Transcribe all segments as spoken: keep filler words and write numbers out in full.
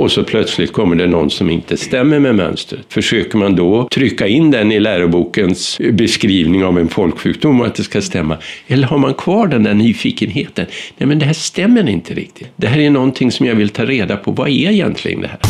och så plötsligt kommer det någon som inte stämmer med mönstret. Försöker man då trycka in den i lärobokens beskrivning av en folksjukdom och att det ska stämma? Eller har man kvar den där nyfikenheten? Nej, men det här stämmer inte riktigt. Det här är någonting som jag vill ta reda på. Vad är egentligen det här?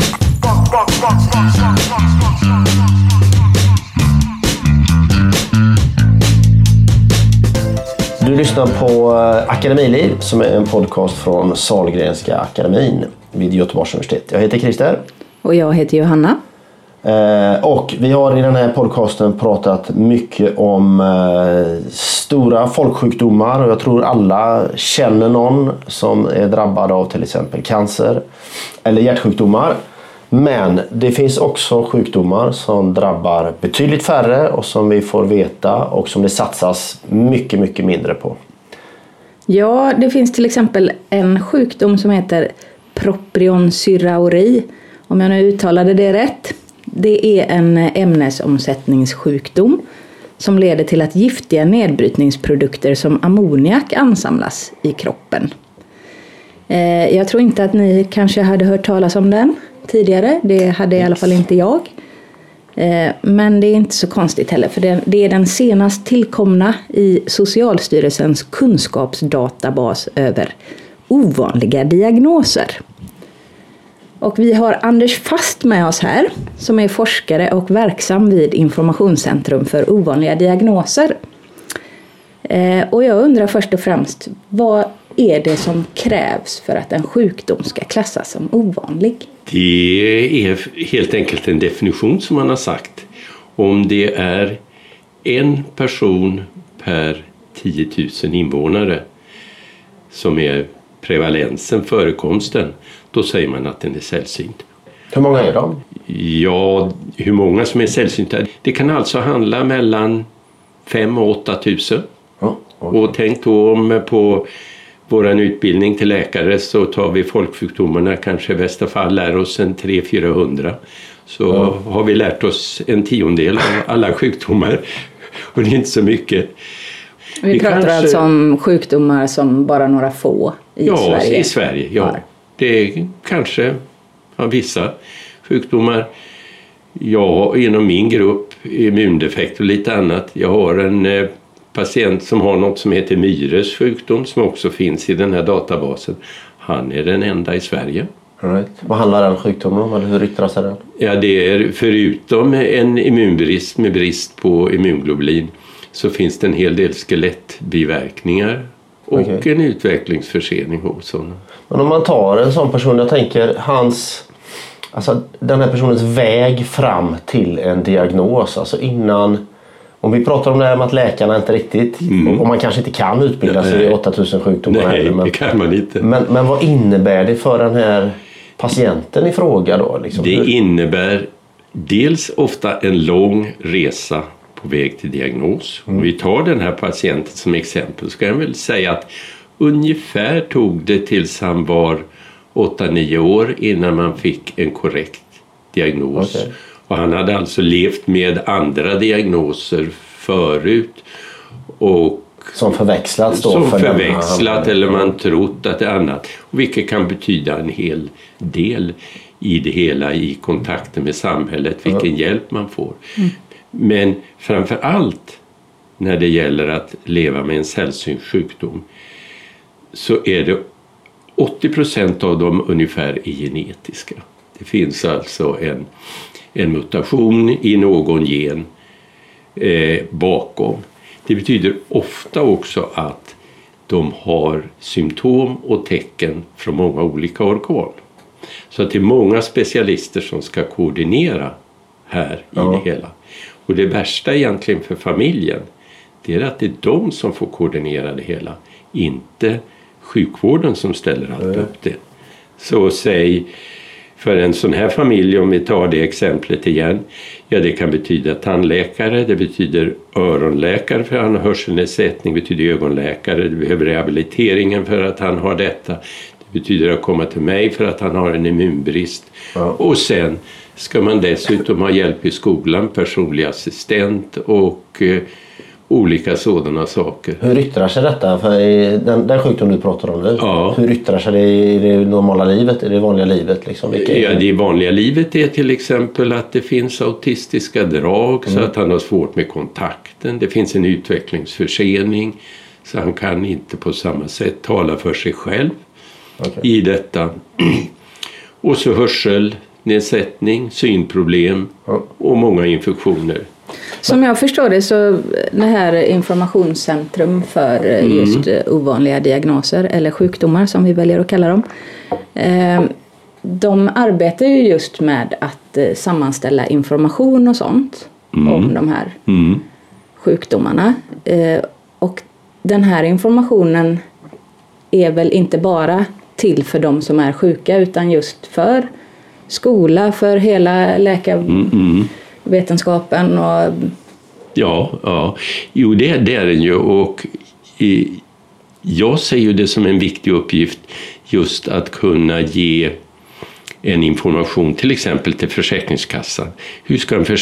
Du lyssnar på Akademiliv som är en podcast från Sahlgrenska akademin vid Göteborgs universitet. Jag heter Christer. Och jag heter Johanna. Eh, och vi har i den här podcasten pratat mycket om eh, stora folksjukdomar. Och jag tror alla känner någon som är drabbad av till exempel cancer eller hjärtsjukdomar. Men det finns också sjukdomar som drabbar betydligt färre och som vi får veta och som det satsas mycket, mycket mindre på. Ja, det finns till exempel en sjukdom som heter propionsyrauri, om jag nu uttalade det rätt. Det är en ämnesomsättningssjukdom som leder till att giftiga nedbrytningsprodukter som ammoniak ansamlas i kroppen. Jag tror inte att ni kanske hade hört talas om den tidigare. Det hade i alla fall inte jag. Men det är inte så konstigt heller. För det är den senast tillkomna i Socialstyrelsens kunskapsdatabas över ovanliga diagnoser. Och vi har Anders Fast med oss här. Som är forskare och verksam vid Informationscentrum för ovanliga diagnoser. Och jag undrar först och främst, vad är det som krävs för att en sjukdom ska klassas som ovanlig? Det är helt enkelt en definition som man har sagt. Om det är en person per tio tusen invånare som är prevalensen, förekomsten, då säger man att den är sällsynt. Hur många är de? Ja, hur många som är sällsynta? Det kan alltså handla mellan fem och åtta tusen. Oh, okay. Och tänk då om på vår utbildning till läkare så tar vi folksjukdomarna, kanske i bästa fall lär oss en tre till fyrahundra. Så mm. har vi lärt oss en tiondel av alla sjukdomar. Och det är inte så mycket. Vi, vi pratar kanske... alltså om sjukdomar som bara några få i ja, Sverige. Ja, i Sverige. Ja. Har. Det är kanske ja, vissa sjukdomar. Jag inom min grupp, immundefekt och lite annat. Jag har en eh, patient som har något som heter Myhres sjukdom som också finns i den här databasen. Han är den enda i Sverige. All right. Vad handlar den sjukdomen om eller hur yttrar sig den? Ja, det är förutom en immunbrist med brist på immunglobulin så finns det en hel del skelettbiverkningar och okay. en utvecklingsförsening hos honom. Men om man tar en sån person, jag tänker hans, alltså den här personens väg fram till en diagnos, alltså innan, om vi pratar om det här med att läkarna inte riktigt, mm. och man kanske inte kan utbilda sig i åtta tusen sjukdomar. Nej, heller, men, det kan man inte. Men, men vad innebär det för den här patienten i fråga då? Liksom? Det innebär dels ofta en lång resa på väg till diagnos. Mm. Om vi tar den här patienten som exempel så kan jag väl säga att ungefär tog det tills han var åtta nio år innan man fick en korrekt diagnos. Okay. Och han hade alltså levt med andra diagnoser förut. Och som förväxlats då? Som för förväxlat eller man trott att det är annat. Och vilket kan betyda en hel del i det hela i kontakten med samhället. Vilken mm. hjälp man får. Mm. Men framför allt när det gäller att leva med en sällsynt sjukdom så är det åttio procent av dem ungefär är genetiska. Det finns alltså en, en mutation i någon gen eh, bakom. Det betyder ofta också att de har symptom och tecken från många olika organ. Så att det är många specialister som ska koordinera här i ja. det hela. Och det värsta egentligen för familjen, det är att det är de som får koordinera det hela. Inte sjukvården som ställer allt upp det. Så säg för en sån här familj, om vi tar det exemplet igen. Ja, det kan betyda tandläkare, det betyder öronläkare för att han har hörselnedsättning, det betyder ögonläkare, det behöver rehabiliteringen för att han har detta. Det betyder att komma till mig för att han har en immunbrist. Ja. Och sen ska man dessutom ha hjälp i skolan, personlig assistent och, olika sådana saker. Hur yttrar sig detta? För den, den sjukdom du pratar om nu, ja. hur yttrar sig det i det normala livet, i det vanliga livet? Liksom? Vilka ja, det vanliga livet är till exempel att det finns autistiska drag mm. så att han har svårt med kontakten. Det finns en utvecklingsförsening så han kan inte på samma sätt tala för sig själv okay. i detta. Och så hörselnedsättning, synproblem mm. och många infektioner. Som jag förstår det så det här informationscentrum för mm. just ovanliga diagnoser eller sjukdomar som vi väljer att kalla dem. De arbetar ju just med att sammanställa information och sånt mm. om de här mm. sjukdomarna. Och den här informationen är väl inte bara till för de som är sjuka utan just för skola, för hela läkarvetenskapen och... Ja, ja. Jo, det, det är den ju och i, jag ser ju det som en viktig uppgift just att kunna ge en information till exempel till Försäkringskassan. Hur ska en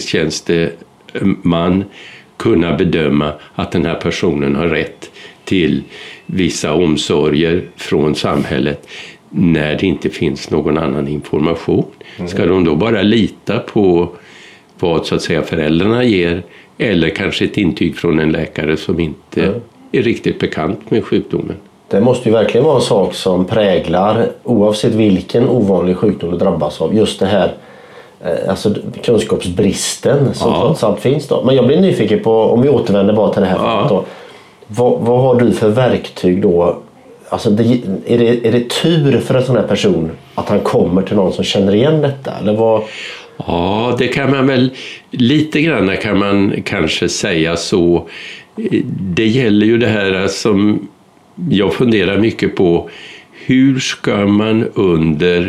försäkringstjänsteman kunna bedöma att den här personen har rätt till vissa omsorger från samhället när det inte finns någon annan information? Ska de då bara lita på vad så att säga föräldrarna ger eller kanske ett intyg från en läkare som inte mm. är riktigt bekant med sjukdomen? Det måste ju verkligen vara en sak som präglar oavsett vilken ovanlig sjukdom du drabbas av. Just det här alltså kunskapsbristen som ja. trots allt finns då. Men jag blir nyfiken på, om vi återvänder bara till det här ja. då, vad, vad har du för verktyg då? Alltså det, är, det, är det tur för en sån här person att han kommer till någon som känner igen detta? Eller vad... Ja, det kan man väl lite grann kan man kanske säga så. Det gäller ju det här som jag funderar mycket på. Hur ska man under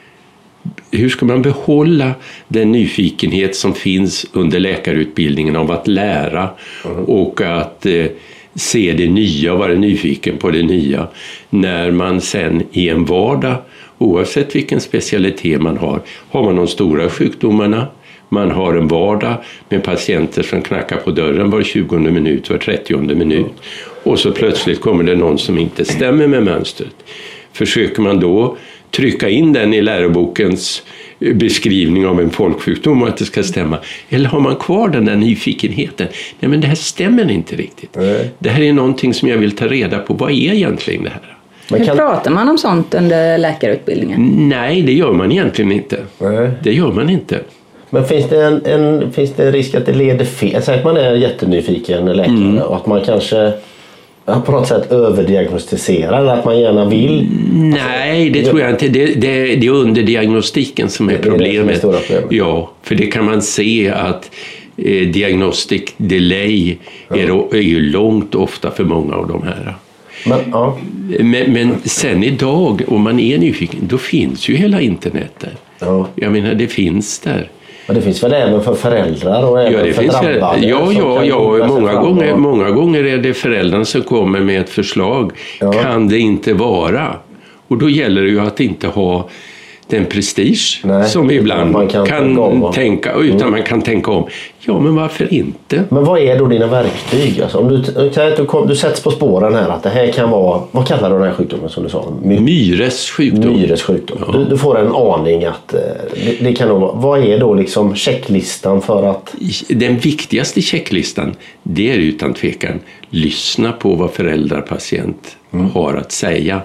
hur ska man behålla den nyfikenhet som finns under läkarutbildningen av att lära mm. och att eh, se det nya och vara nyfiken på det nya när man sen i en vardag, oavsett vilken specialitet man har, har man de stora sjukdomarna, man har en vardag med patienter som knackar på dörren var tjugonde minut, var trettionde minut och så plötsligt kommer det någon som inte stämmer med mönstret. Försöker man då trycka in den i lärobokens beskrivning av en folksjukdom och att det ska stämma. Eller har man kvar den där nyfikenheten? Nej, men det här stämmer inte riktigt. Nej. Det här är någonting som jag vill ta reda på. Vad är egentligen det här? Hur kan... pratar man om sånt under läkarutbildningen? Nej, det gör man egentligen inte. Nej. Det gör man inte. Men finns det en, en, finns det en risk att det leder fel? Säg att man är jättenyfiken läkare mm. och att man kanske... på något sätt överdiagnostiserar eller att man gärna vill? Nej, det tror jag inte. Det, det, det är underdiagnostiken som är problemet. Det är det som är problemet. Ja, för det kan man se att eh, diagnostic delay ja. är, är ju långt ofta för många av de här. Men, ja. men, men sen idag, om man är nyfiken, då finns ju hela internet där. Ja. Jag menar, det finns där. Men det finns väl även för föräldrar och även ja, det för finns drabbade? Ja, ja, ja. Många gånger, och... många gånger är det föräldrarna som kommer med ett förslag. Ja. Kan det inte vara? Och då gäller det ju att inte ha den prestige Nej, som ibland man kan, kan tänka, tänka utan mm. man kan tänka om. Ja, men varför inte? Men vad är då dina verktyg? Alltså, om du, du, du sätts på spåren här att det här kan vara, vad kallar du den här sjukdomen som du sa? My, Myres sjukdom. Myres sjukdom. Ja. Du, du får en aning att det, det kan nog vara, vad är då liksom checklistan för att... Den viktigaste checklistan, det är utan tvekan lyssna på vad föräldrar, patient mm. har att säga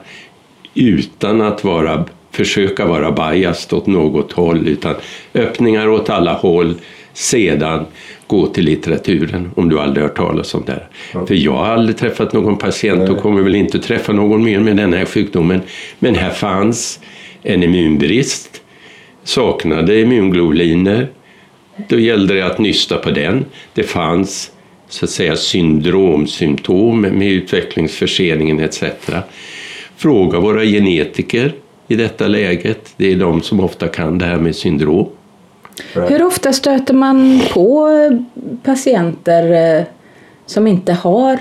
utan att vara försöka vara biased åt något håll utan öppningar åt alla håll, sedan gå till litteraturen om du aldrig har hört talas om det. Mm. För jag har aldrig träffat någon patient Nej. och kommer väl inte träffa någon mer med den här sjukdomen. Men här fanns en immunbrist, saknade immunglobuliner, då gällde det att nysta på den. Det fanns så att säga syndromsymptom med utvecklingsförseningen et cetera. Fråga våra genetiker i detta läget. Det är de som ofta kan det här med syndrom. Hur ofta stöter man på patienter som inte har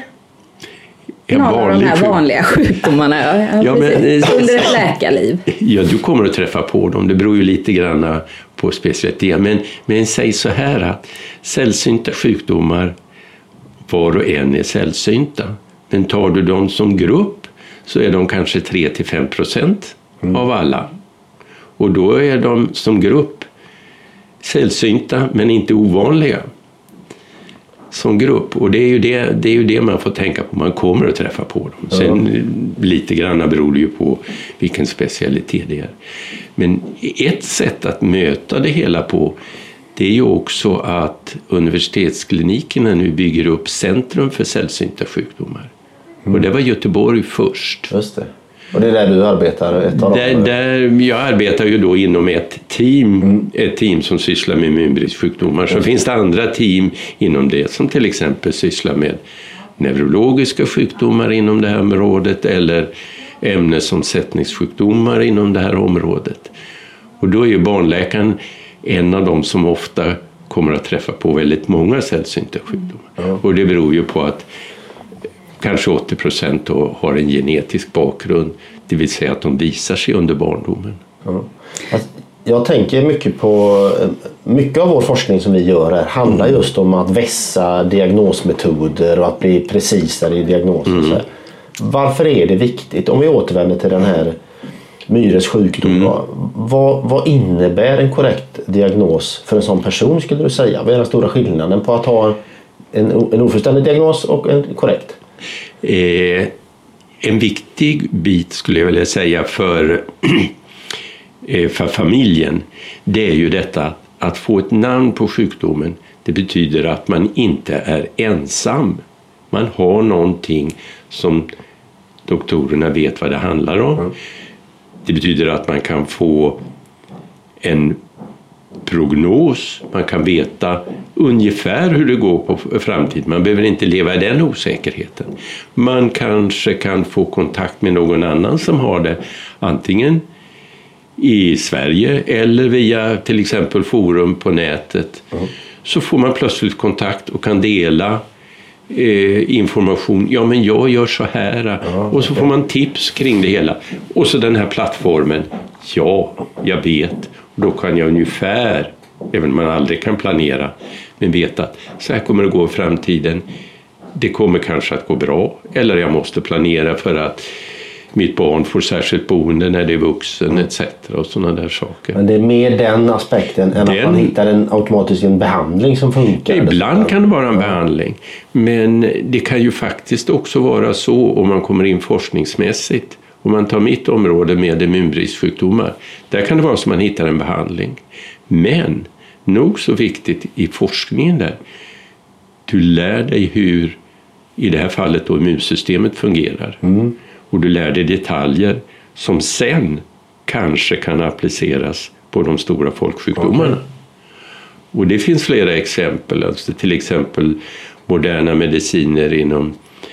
någon av de här vanliga sjukdomarna ja, ja, men, under ett läkarliv? Ja, du kommer att träffa på dem. Det beror ju lite grann på specialitet. Men, men säg så här att sällsynta sjukdomar var och en är sällsynta. Men tar du dem som grupp så är de kanske tre till fem procent mm. av alla. Och då är de som grupp sällsynta men inte ovanliga som grupp. Och det är ju det, det, är ju det man får tänka på. Man kommer att träffa på dem. Sen ja. lite grann beror det ju på vilken specialitet det är. Men ett sätt att möta det hela på, det är ju också att universitetsklinikerna nu bygger upp centrum för sällsynta sjukdomar. Mm. Och det var Göteborg först. Just det. Och det är där du arbetar? Ett av där, där, jag arbetar ju då inom ett team, mm. ett team som sysslar med immunbristsjukdomar. Så mm. finns det andra team inom det som till exempel sysslar med neurologiska sjukdomar inom det här området eller ämnesomsättningssjukdomar inom det här området. Och då är ju barnläkaren en av dem som ofta kommer att träffa på väldigt många sällsynta sjukdomar. Mm. Och det beror ju på att kanske åttio procent har en genetisk bakgrund, det vill säga att de visar sig under barndomen. Ja. Jag tänker mycket på, mycket av vår forskning som vi gör här handlar just om att vässa diagnosmetoder och att bli precisare i diagnoser. Mm. Varför är det viktigt? Om vi återvänder till den här Myhres sjukdom, mm. vad, vad innebär en korrekt diagnos för en sån person skulle du säga? Vad är den stora skillnaden på att ha en, en ofullständig diagnos och en korrekt? Eh, en viktig bit skulle jag vilja säga för, eh, för familjen, det är ju detta att få ett namn på sjukdomen. Det betyder att man inte är ensam. Man har någonting som doktorerna vet vad det handlar om. Mm. Det betyder att man kan få en prognos, man kan veta ungefär hur det går på framtiden. Man behöver inte leva i den osäkerheten. Man kanske kan få kontakt med någon annan som har det, antingen i Sverige eller via till exempel forum på nätet. Mm. Så får man plötsligt kontakt och kan dela eh, information. Ja, men jag gör så här. Mm. Och så får man tips kring det hela. Och så den här plattformen. Ja, jag vet. Då kan jag ungefär, även om man aldrig kan planera, men veta att så här kommer det gå i framtiden. Det kommer kanske att gå bra. Eller jag måste planera för att mitt barn får särskilt boende när det är vuxen, mm. et cetera. Och sådana där saker. Men det är mer den aspekten än den, att man hittar en automatisk en behandling som funkar. Ibland kan det vara en behandling. Men det kan ju faktiskt också vara så om man kommer in forskningsmässigt. Om man tar mitt område med immunbristsjukdomar, där kan det vara som man hittar en behandling. Men nog så viktigt i forskningen där, du lär dig hur, i det här fallet då, immunsystemet fungerar. Mm. Och du lär dig detaljer som sen kanske kan appliceras på de stora folksjukdomarna. Okay. Och det finns flera exempel, alltså till exempel moderna mediciner inom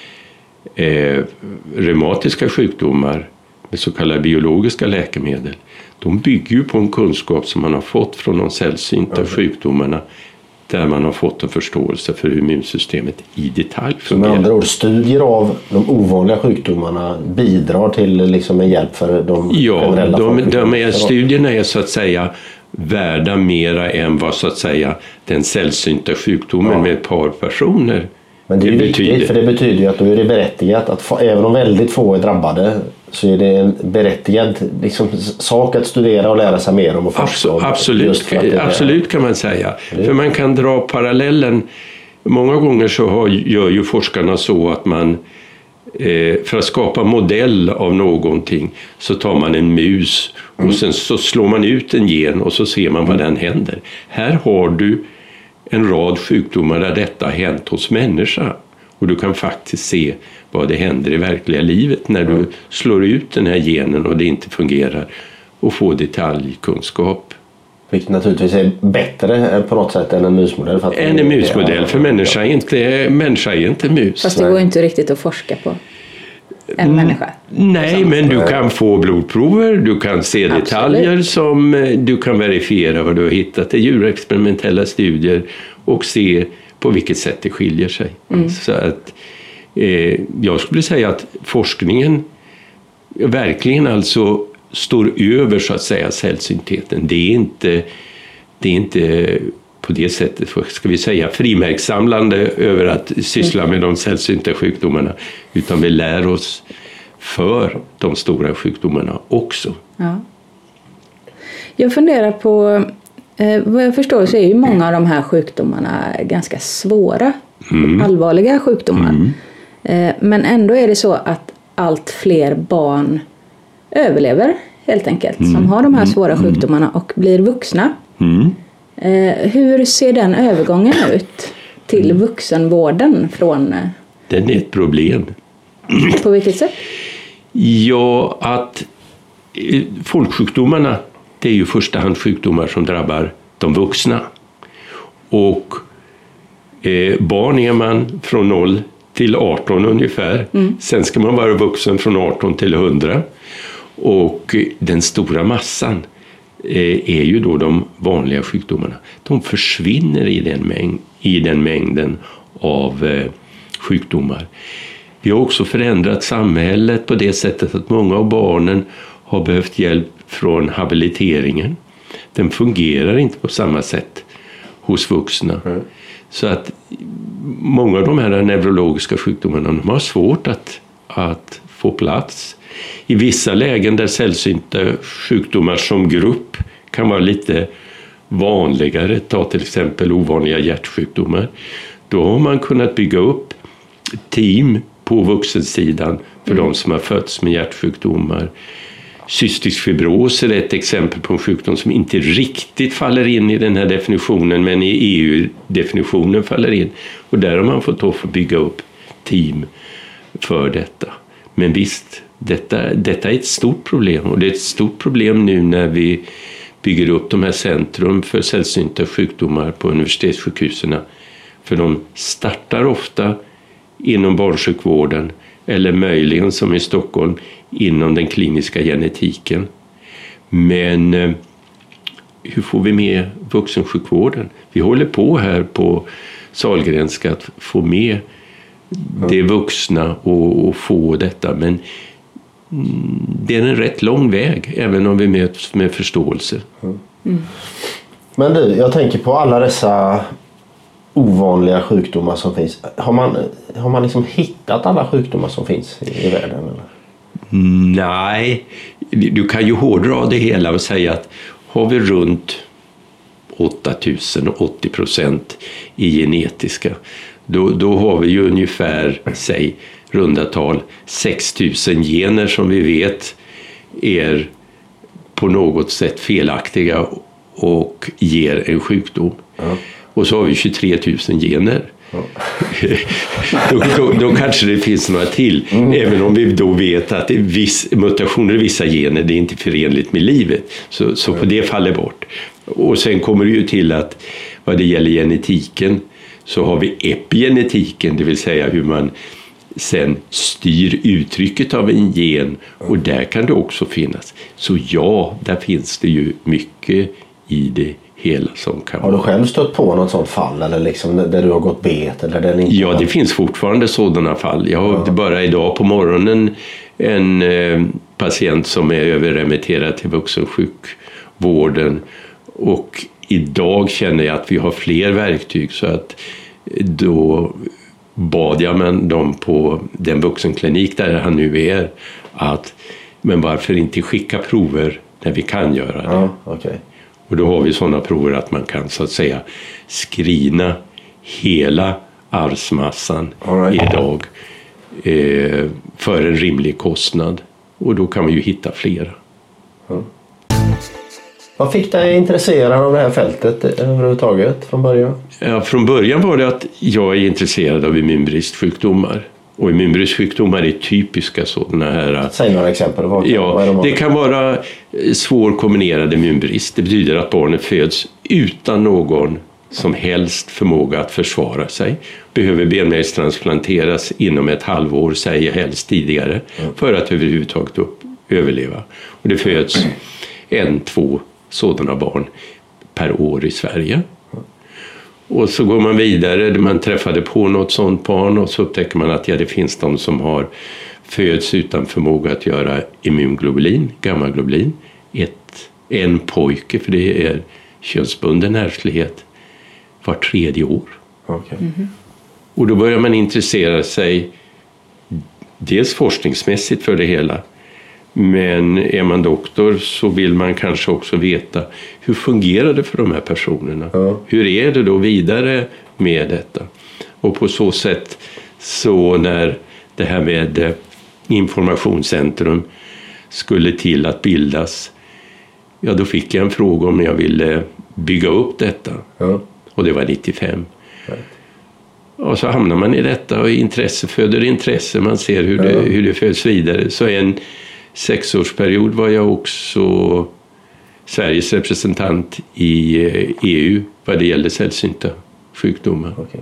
Eh, reumatiska sjukdomar med så kallade biologiska läkemedel. De bygger ju på en kunskap som man har fått från de sällsynta mm. sjukdomarna, där man har fått en förståelse för hur immunsystemet i detalj fungerar. Så med andra ord, studier av de ovanliga sjukdomarna bidrar till liksom en hjälp för de ja, generella de, de är, studierna är så att säga värda mera än vad så att säga den sällsynta sjukdomen ja. med ett par personer. Men det är ju det viktigt, betyder. för det betyder ju att då är det berättigat att få, även om väldigt få är drabbade, så är det en berättigad liksom, sak att studera och lära sig mer om och förstå. Absolut, absolut kan man säga. Det. För man kan dra parallellen. Många gånger så har, gör ju forskarna så att man eh, för att skapa modell av någonting så tar man en mus mm. och sen så slår man ut en gen och så ser man vad mm. den händer. Här har du en rad sjukdomar där detta har hänt hos människa. Och du kan faktiskt se vad det händer i verkliga livet när du slår ut den här genen och det inte fungerar. Och få detaljkunskap. Vilket naturligtvis är bättre på något sätt än en musmodell. För att än en musmodell, för människa är inte, människa är inte mus. Fast det går inte riktigt att forska på en människa. Nej, men du kan få blodprover, du kan se Absolut. detaljer som du kan verifiera vad du har hittat i djurexperimentella studier och se på vilket sätt det skiljer sig. Mm. Så att eh, jag skulle säga att forskningen verkligen alltså står över så att säga sällsyntheten. Det är inte, det är inte på det sättet, ska vi säga, frimärkssamlande över att syssla med de sällsynta sjukdomarna, utan vi lär oss för de stora sjukdomarna också. Ja. Jag funderar på, eh, vad jag förstår så är ju många av de här sjukdomarna ganska svåra, mm. allvarliga sjukdomar. Mm. Eh, men ändå är det så att allt fler barn överlever helt enkelt, mm. som har de här svåra sjukdomarna och blir vuxna. Mm. Eh, hur ser den övergången ut till vuxenvården från... Eh, den är ett problem. På vilket sätt? Ja, att eh, folksjukdomarna, det är ju första hand sjukdomar som drabbar de vuxna. Och eh, barn är man från noll till arton ungefär. Mm. Sen ska man vara vuxen från arton till hundra. Och den stora massan eh, är ju då de vanliga sjukdomarna. De försvinner i den, mäng- i den mängden av eh, sjukdomar. Vi har också förändrat samhället på det sättet att många av barnen har behövt hjälp från habiliteringen. Den fungerar inte på samma sätt hos vuxna. Mm. Så att många av de här neurologiska sjukdomarna, de har svårt att, att få plats. I vissa lägen där sällsynta sjukdomar som grupp kan vara lite vanligare, ta till exempel ovanliga hjärtsjukdomar, då har man kunnat bygga upp team på vuxensidan för mm. de som har fötts med hjärtsjukdomar. Cystisk fibros är ett exempel på en sjukdom som inte riktigt faller in i den här definitionen, men i E U-definitionen faller in. Och där har man fått då få bygga upp team för detta. Men visst, detta, detta är ett stort problem, och det är ett stort problem nu när vi bygger upp de här centrum för sällsynta sjukdomar på universitetssjukhusen. För de startar ofta inom barnsjukvården eller möjligen som i Stockholm inom den kliniska genetiken. Men eh, hur får vi med vuxensjukvården? Vi håller på här på Sahlgrenska att få med det vuxna och, och få detta, men mm, det är en rätt lång väg även om vi möts med förståelse. Mm. Men du, jag tänker på alla dessa ovanliga sjukdomar som finns. Har man, har man liksom hittat alla sjukdomar som finns i, i världen? Eller? Nej, du kan ju hårdra det hela och säga att har vi runt åtta tusen och åttio procent i genetiska, då, då har vi ju ungefär, säg, runda tal sex tusen gener som vi vet är på något sätt felaktiga och ger en sjukdom. Ja. Och så har vi tjugotre tusen gener. Ja. då, då, då kanske det finns några till. Mm. Även om vi då vet att viss, mutationer i vissa gener, det är inte förenligt med livet. Så, så på det faller bort. Och sen kommer det ju till att vad det gäller genetiken så har vi epigenetiken, det vill säga hur man sen styr uttrycket av en gen. Och där kan det också finnas. Så ja, där finns det ju mycket i det hela som kan. Har du själv stött på något sånt fall eller liksom där du har gått bet eller där inte? Ja, det finns fortfarande sådana fall. Jag har ja. bara idag på morgonen en eh, patient som är överremitterad till vuxensjukvården, och idag känner jag att vi har fler verktyg, så att då bad jag med dem på den vuxenklinik där han nu är att men varför inte skicka prover när vi kan göra det. Ja, okay. Och då har vi sådana prover att man kan så att säga skrina hela arvsmassan right. idag eh, för en rimlig kostnad. Och då kan man ju hitta flera. Mm. Vad fick dig intresserad av det här fältet överhuvudtaget från början? Ja, från början var det att jag är intresserad av immunbristsjukdomar. Och immunbristsjukdomar är typiska sådana här. Säg några exempel. Vad, ja, vad är de det kan vara svår kombinerad immunbrist. Det betyder att barnet föds utan någon som helst förmåga att försvara sig. Behöver benmärgstransplanteras inom ett halvår, säger helst tidigare, mm. för att överhuvudtaget upp, överleva. Och det föds en, två sådana barn per år i Sverige. Och så går man vidare, man träffade på något sånt barn och så upptäcker man att ja, det finns de som har föds utan förmåga att göra immunglobulin, gammaglobulin. Ett, en pojke, för det är könsbunden ärftlighet. var tredje år. Okay. Mm-hmm. Och då börjar man intressera sig dels forskningsmässigt för det hela. Men är man doktor så vill man kanske också veta hur fungerar det för de här personerna? Mm. Hur är det då vidare med detta? Och på så sätt så när det här med informationscentrum skulle till att bildas, ja då fick jag en fråga om jag ville bygga upp detta. Mm. Och det var nittiofem. Right. Och så hamnar man i detta och intresse föder intresse. Man ser hur, mm. det, hur det föds vidare. Så en sexårsperiod var jag också Sveriges representant i E U vad det gäller sällsynta sjukdomar. Okay.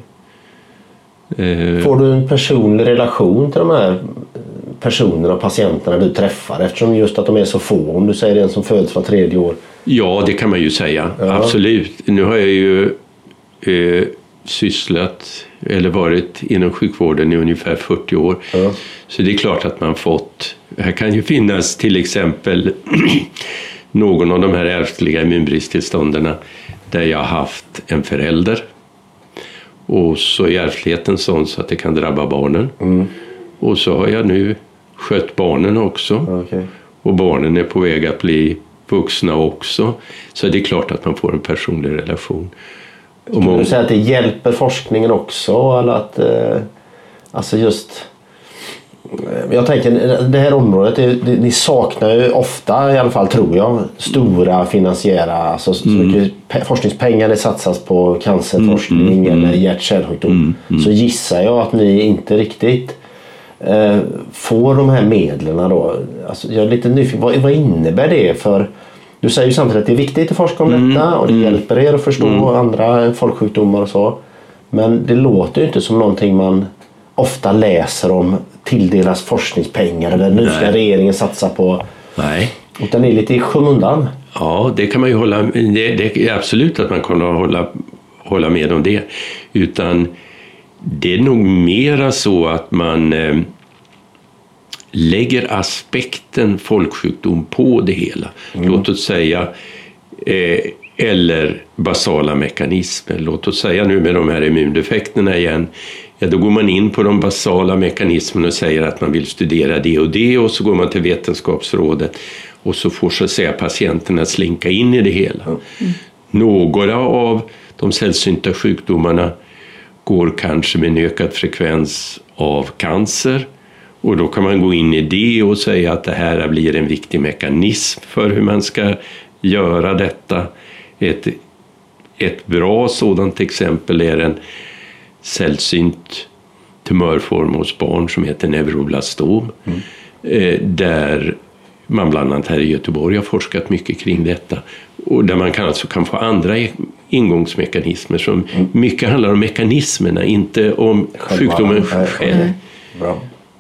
Får du en personlig relation till de här personerna och patienterna du träffar eftersom just att de är så få? Om du säger en som föds var tredje år. Ja, det kan man ju säga. Ja. Absolut. Nu har jag ju eh, sysslat eller varit inom sjukvården i ungefär fyrtio år. Ja. Så det är klart att man fått... Här kan ju finnas till exempel någon av de här ärftliga immunbristtillstånderna där jag har haft en förälder. Och så är ärftligheten sån så att det kan drabba barnen. Mm. Och så har jag nu skött barnen också. Okay. Och barnen är på väg att bli vuxna också. Så det är klart att man får en personlig relation. Skulle många... du säga att det hjälper forskningen också? Eller att, eh, alltså just... Jag tänker, det här området, det, det, ni saknar ju ofta, i alla fall tror jag, stora finansiära, alltså så mm. mycket pe- forskningspengar det satsas på cancerforskning mm, mm, eller hjärt-kärlsjukdom. Mm, mm. Så gissar jag att ni inte riktigt eh, får de här medlen då. Alltså, jag är lite nyfiken, vad, vad innebär det för... Du säger ju samtidigt att det är viktigt att forska om mm, detta och det mm. hjälper er att förstå mm. andra folksjukdomar och så. Men det låter ju inte som någonting man ofta läser om tilldelas forskningspengar eller nu ska regeringen satsa på. Nej. Utan det är lite i skymundan. Ja, det kan man ju hålla, det, det är absolut att man kan hålla, hålla med om det. Utan det är nog mera så att man eh, lägger aspekten folksjukdom på det hela. Mm. Låt oss säga eh, eller basala mekanismer. Låt oss säga nu med de här immundefekterna igen. Ja, då går man in på de basala mekanismerna och säger att man vill studera det och det och så går man till vetenskapsrådet och så får så att säga patienterna slinka in i det hela. Mm. Några av de sällsynta sjukdomarna går kanske med en ökad frekvens av cancer och då kan man gå in i det och säga att det här blir en viktig mekanism för hur man ska göra detta. Ett, ett bra sådant exempel är en sällsynt tumörform hos barn som heter neuroblastom. Mm. Eh, där man bland annat här i Göteborg har forskat mycket kring detta. Och där man kan alltså kan få andra ingångsmekanismer som mm. mycket handlar om mekanismerna, inte om själva, sjukdomen själv. Mm. Bra.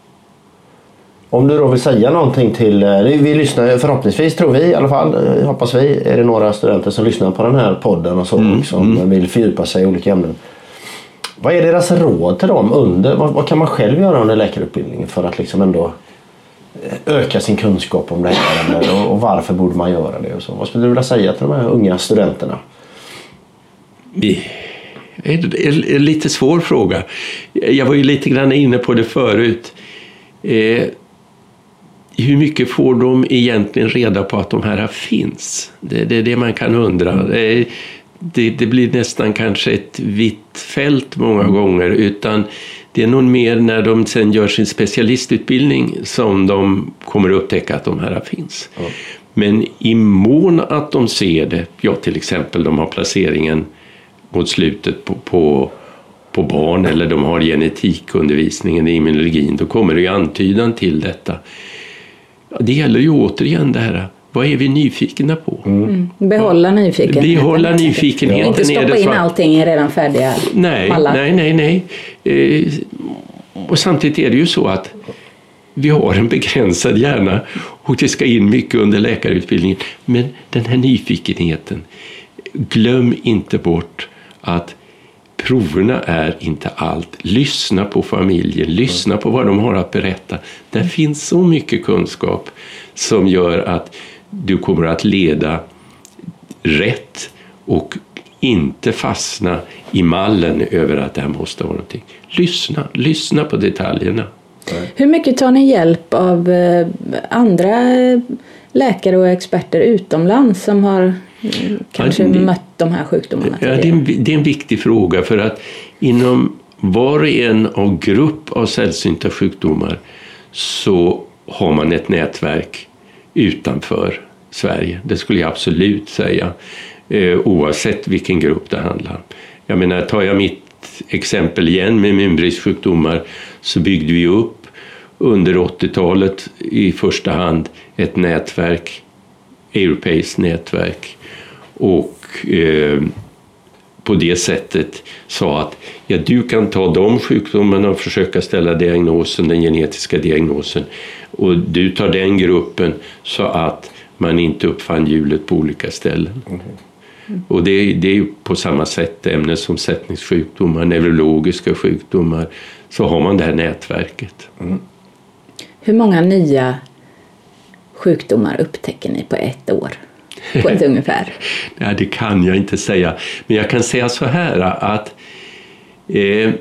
Om du då vill säga någonting till, vi lyssnar förhoppningsvis tror vi i alla fall, hoppas vi, är det några studenter som lyssnar på den här podden och så mm. som mm. vill fördjupa sig i olika ämnen. Vad är deras råd till dem under, vad, vad kan man själv göra under läkarutbildningen för att liksom ändå öka sin kunskap om det här och, och varför borde man göra det och så? Vad skulle du vilja säga till de här unga studenterna? Det är en lite svår fråga. Jag var ju lite grann inne på det förut. Eh, hur mycket får de egentligen reda på att de här finns? Det, det är det man kan undra. Mm. Det, det blir nästan kanske ett vitt fält många mm. gånger, utan det är nog mer när de sen gör sin specialistutbildning som de kommer att upptäcka att de här finns. Mm. Men i mån att de ser det, ja till exempel de har placeringen mot slutet på, på, på barn eller de har genetikundervisningen i immunologin, då kommer det ju antydan till detta. Ja, det gäller ju återigen det här. Vad är vi nyfikna på? Mm. Behålla nyfikenheten. Behålla nyfikenheten. Ja. Inte stoppa in allting i redan färdiga nej, mallar. Nej, nej, nej. Eh, och samtidigt är det ju så att vi har en begränsad hjärna och det ska in mycket under läkarutbildningen. Men den här nyfikenheten, glöm inte bort att proverna är inte allt. Lyssna på familjen, lyssna på vad de har att berätta. Där finns så mycket kunskap som gör att du kommer att leda rätt och inte fastna i mallen över att det här måste vara någonting. Lyssna, lyssna på detaljerna. Hur mycket tar ni hjälp av andra läkare och experter utomlands som har kanske ja, det, mött de här sjukdomarna? Ja, det är, en, det är en viktig fråga, för att inom var och en av grupp av sällsynta sjukdomar så har man ett nätverk utanför Sverige. Det skulle jag absolut säga, eh, oavsett vilken grupp det handlar om. Jag menar, tar jag mitt exempel igen med immunbristsjukdomar, så byggde vi upp under åttiotalet i första hand ett nätverk, europeiskt nätverk, och eh, på det sättet sa att ja, du kan ta de sjukdomarna och försöka ställa diagnosen, den genetiska diagnosen, och du tar den gruppen så att man inte uppfann hjulet på olika ställen. Mm. Och det, det är ju på samma sätt ämnesomsättningssjukdomar, neurologiska sjukdomar, så har man det här nätverket. Mm. Hur många nya sjukdomar upptäcker ni på ett år? På ett ungefär? Nej, det kan jag inte säga. Men jag kan säga så här att eh,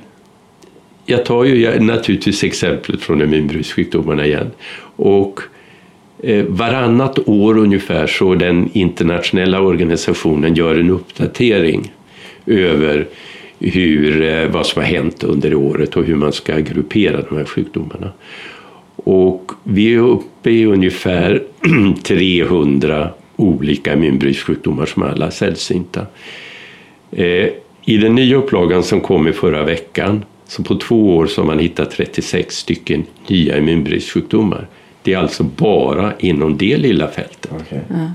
jag tar ju naturligtvis exemplet från immunbristsjukdomarna igen. Och eh, varannat år ungefär så den internationella organisationen gör en uppdatering över hur, eh, vad som har hänt under året och hur man ska gruppera de här sjukdomarna. Och vi är uppe i ungefär trehundra olika immunbristsjukdomar som alla är sällsynta. Eh, I den nya upplagan som kom i förra veckan, så på två år så har man hittat trettiosex stycken nya immunbristsjukdomar. Det är alltså bara inom det lilla fältet. Okay. Ja.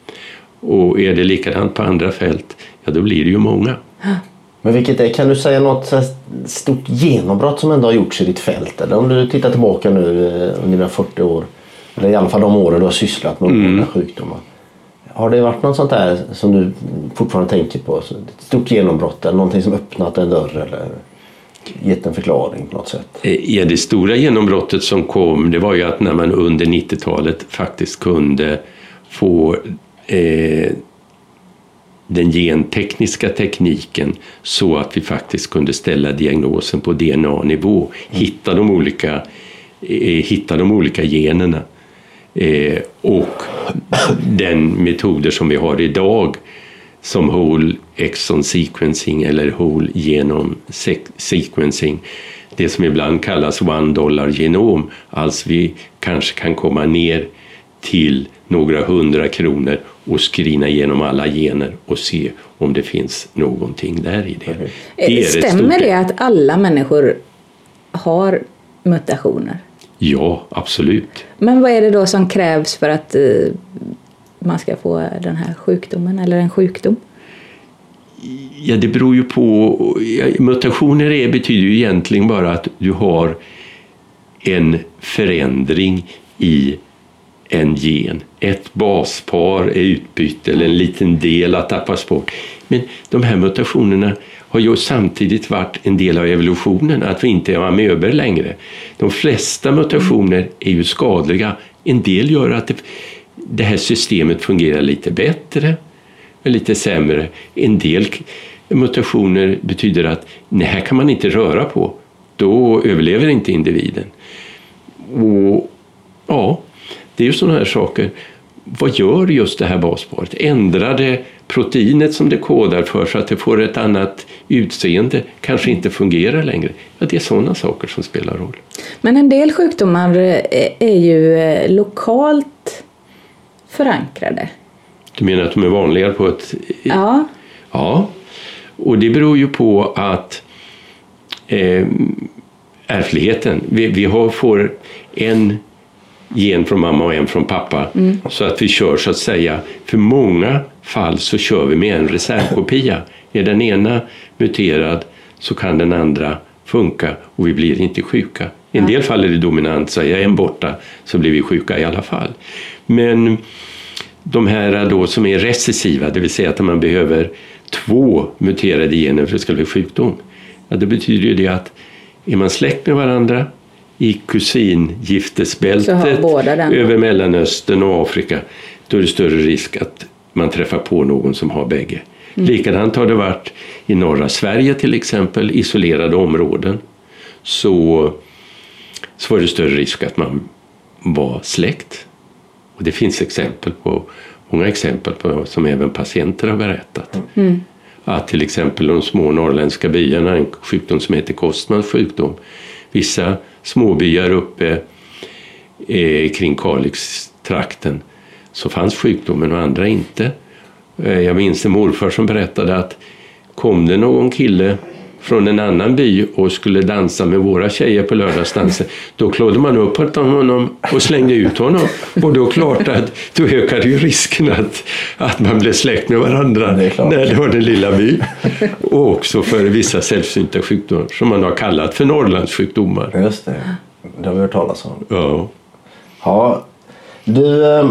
Och är det likadant på andra fält, ja då blir det ju många. Men vilket är, kan du säga något stort genombrott som ändå har gjorts i ditt fält? Eller om du tittar tillbaka nu under dina fyrtio år, eller i alla fall de åren du har sysslat med mm. olika sjukdomar. Har det varit något sånt där som du fortfarande tänker på? Ett stort genombrott eller någonting som öppnat en dörr eller gett en förklaring på något sätt? Ja, det stora genombrottet som kom, det var ju att när man under nittiotalet faktiskt kunde få eh, den gentekniska tekniken så att vi faktiskt kunde ställa diagnosen på D N A-nivå, mm. hitta de olika, eh, hitta de olika generna. Eh, och den metoder som vi har idag som whole exon sequencing eller whole genome sequencing, det som ibland kallas one dollar genom, alltså vi kanske kan komma ner till några hundra kronor och skrina igenom alla gener och se om det finns någonting där i det. Okay. det är Stämmer det att alla människor har mutationer? Ja, absolut. Men vad är det då som krävs för att uh, man ska få den här sjukdomen eller en sjukdom? Ja, det beror ju på. Ja, mutationer är, betyder ju egentligen bara att du har en förändring i en gen. Ett baspar är utbytt eller en liten del att tappas bort. Men de här mutationerna har ju samtidigt varit en del av evolutionen, att vi inte är amöber längre. De flesta mutationer är ju skadliga. En del gör att det, det här systemet fungerar lite bättre och lite sämre. En del mutationer betyder att det här kan man inte röra på. Då överlever inte individen. Och ja, det är ju sådana här saker. Vad gör just det här basparet? Ändrar det proteinet som det kodar för så att det får ett annat utseende, kanske inte fungerar längre? Ja, det är sådana saker som spelar roll. Men en del sjukdomar är ju lokalt förankrade. Du menar att de är vanligare på ett... Ja. Ja, och det beror ju på att eh, ärftligheten, vi, vi har, får en gen från mamma och en från pappa, mm. så att vi kör så att säga, för många fall så kör vi med en reservkopia. Är den ena muterad så kan den andra funka och vi blir inte sjuka. I en del fall är det dominant, så är en borta så blir vi sjuka i alla fall. Men de här då som är recessiva, det vill säga att man behöver två muterade gener för att det ska bli sjukdom, ja, det betyder ju det att är man släkt med varandra i kusingiftesbältet över Mellanöstern och Afrika, då är det större risk att man träffar på någon som har bägge. Mm. Likadant har det varit i norra Sverige till exempel, isolerade områden. Så, så var det större risk att man var släkt. Och det finns exempel på, många exempel på som även patienter har berättat. Mm. Att till exempel de små norrländska byarna, en sjukdom som heter Kostmans sjukdom. Vissa småbyar uppe eh, kring Kalix-trakten så fanns sjukdomen och andra inte. Eh, jag minns en morfar som berättade att kom det någon kille från en annan by och skulle dansa med våra tjejer på lördagsdansen, då klådde man upp honom och slängde ut honom. Och då klart att då ökade ju risken att, att man blev släkt med varandra det när det var den lilla by. Och också för vissa sällsynta sjukdomar som man har kallat för Norrlandssjukdomar. Just det, det har vi hört talas om. Ja. Ja, du... Eh,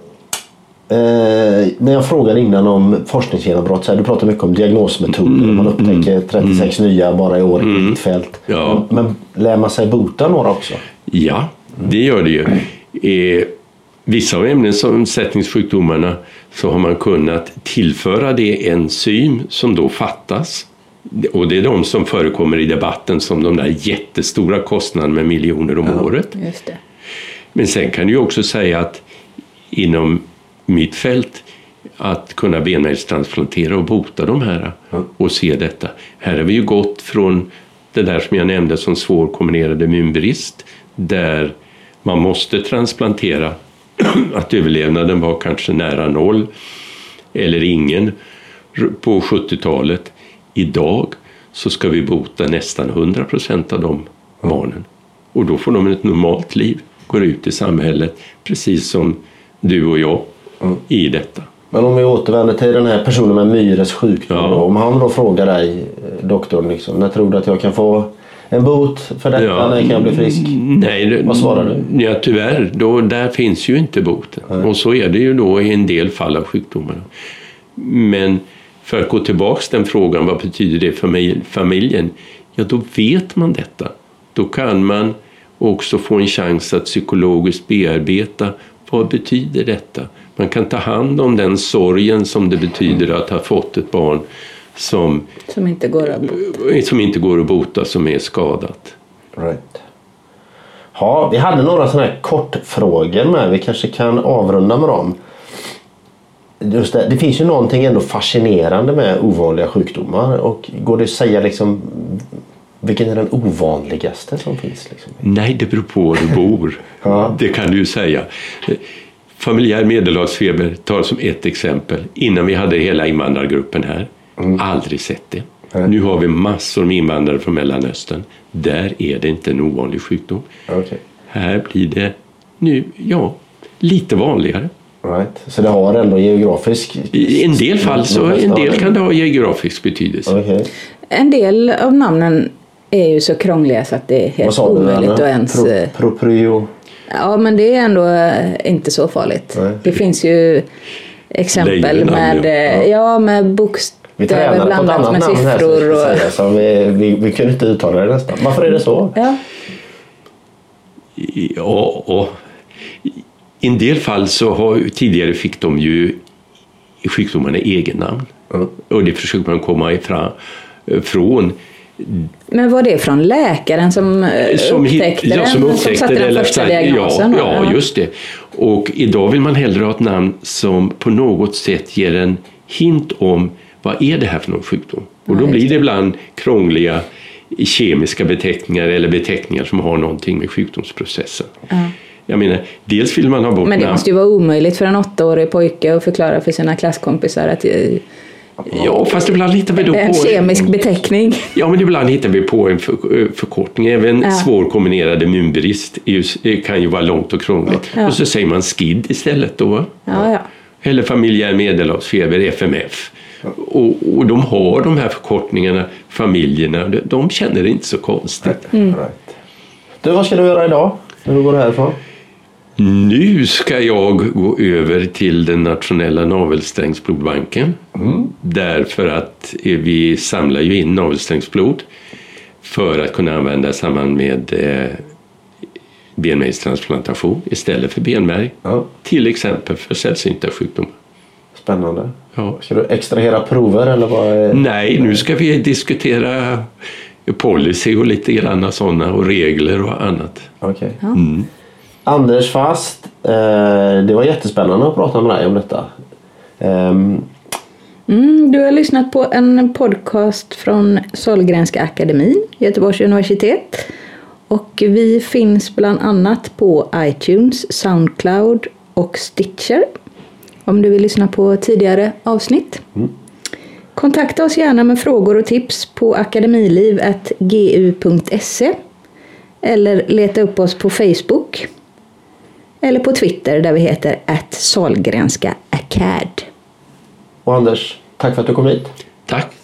när jag frågade innan om forskningsgenombrott så här, du pratar mycket om diagnosmetoder. Mm, man upptäcker trettiosex mm, nya bara i år i mm, ett fält. Ja. Men, men lär man sig bota några också? Ja, det gör det ju. Eh, vissa av ämnesomsättningssjukdomarna så har man kunnat tillföra det enzym som då fattas. Och det är de som förekommer i debatten som de där jättestora kostnaderna med miljoner om ja, året. Just det. Men sen kan du ju också säga att inom mitt fält att kunna benmärgstransplantera och bota de här mm. och se detta. Här har vi ju gått från det där som jag nämnde som svår kombinerad immunbrist där man måste transplantera att överlevnaden var kanske nära noll eller ingen på sjuttiotalet. Idag så ska vi bota nästan hundra procent av de barnen och då får de ett normalt liv, går ut i samhället precis som du och jag Mm. i detta. Men om vi återvänder till den här personen med Myhres sjukdom ja. Då, om han då frågar dig, doktorn, liksom, när tror du att jag kan få en bot för detta, ja. När kan jag bli frisk? Nej, vad svarar du? Ja, tyvärr, då, där finns ju inte boten. Nej. Och så är det ju då i en del fall av sjukdomarna. Men för att gå tillbaka till den frågan, vad betyder det för familjen? Ja, då vet man detta. Då kan man också få en chans att psykologiskt bearbeta vad betyder detta. Man kan ta hand om den sorgen som det betyder att ha fått ett barn som, som, inte, går att bota. som inte går att bota, som är skadat. Right. Ja, vi hade några sådana här kortfrågor med. Vi kanske kan avrunda med dem. Just det, det finns ju någonting ändå fascinerande med ovanliga sjukdomar. Och går det att säga liksom, vilken är den ovanligaste som finns? Liksom? Nej, det beror på var du bor. Ja. Det kan du ju säga. Familjär medelhavsfeber tar som ett exempel. Innan vi hade hela invandrargruppen här. Mm. Aldrig sett det. Mm. Nu har vi massor med invandrare från Mellanöstern. Där är det inte en ovanlig sjukdom. Okay. Här blir det nu, ja, lite vanligare. Right. Så det har ändå geografisk... I en del fall så en del kan det ha geografisk betydelse. Okay. En del av namnen är ju så krångliga så att det är helt omöjligt att ens... Pro, proprio... Ja, men det är ändå inte så farligt. Nej. Det finns ju exempel Lejonamn, med, ja. Ja, med bokstäver blandat med siffror. Och... Säga, så vi, vi, vi kunde inte uttala det nästan. Varför är det så? Ja, ja och i en del fall så har tidigare fick de ju sjukdomarna egennamn. Mm. Och det försöker man komma ifrån från. Men var det från läkaren som, som upptäckte ja, som, den, upptäckte som satte den första diagnosen? Ja, ja, just det. Och idag vill man hellre ha ett namn som på något sätt ger en hint om vad är det här för någon sjukdom. Och då ja, blir det ibland krångliga kemiska beteckningar eller beteckningar som har någonting med sjukdomsprocessen. Ja. Jag menar, dels vill man ha bort Men det namn. Måste ju vara omöjligt för en åttaårig pojke att förklara för sina klasskompisar att... Ja, fast ibland hittar vi då på en kemisk beteckning. Ja, men ibland hittar vi på en för, förkortning. Även ja. svår kombinerad immunbrist kan ju vara långt och krångligt. Ja. Och så säger man skid istället då. Ja, ja. Eller familjär medelhavsfeber, F M F. Ja. Och, och de har de här förkortningarna, familjerna. De, de känner det inte så konstigt. Mm. Right. Du, vad ska du göra idag? Hur går det härifrån? Nu ska jag gå över till den nationella navelsträngsblodbanken. Mm. Därför att vi samlar ju in navelsträngsblod för att kunna använda samman med eh, benmärgstransplantation istället för benmärg. Ja. Till exempel för sällsynta sjukdomar. Spännande. Ja. Ska du extrahera prover eller vad är... Nej, nu ska vi diskutera policy och lite grann sådana och regler och annat. Okej. Okay. Ja. Mm. Anders Fast, eh, det var jättespännande att prata med dig om detta. Um... Mm, du har lyssnat på en podcast från Sahlgrenska akademin, Göteborgs universitet. Och vi finns bland annat på iTunes, Soundcloud och Stitcher. Om du vill lyssna på tidigare avsnitt. Mm. Kontakta oss gärna med frågor och tips på akademiliv snabel-a g u punkt se eller leta upp oss på Facebook eller på Twitter där vi heter at Sahlgrenska akad. Och Anders, tack för att du kom hit. Tack.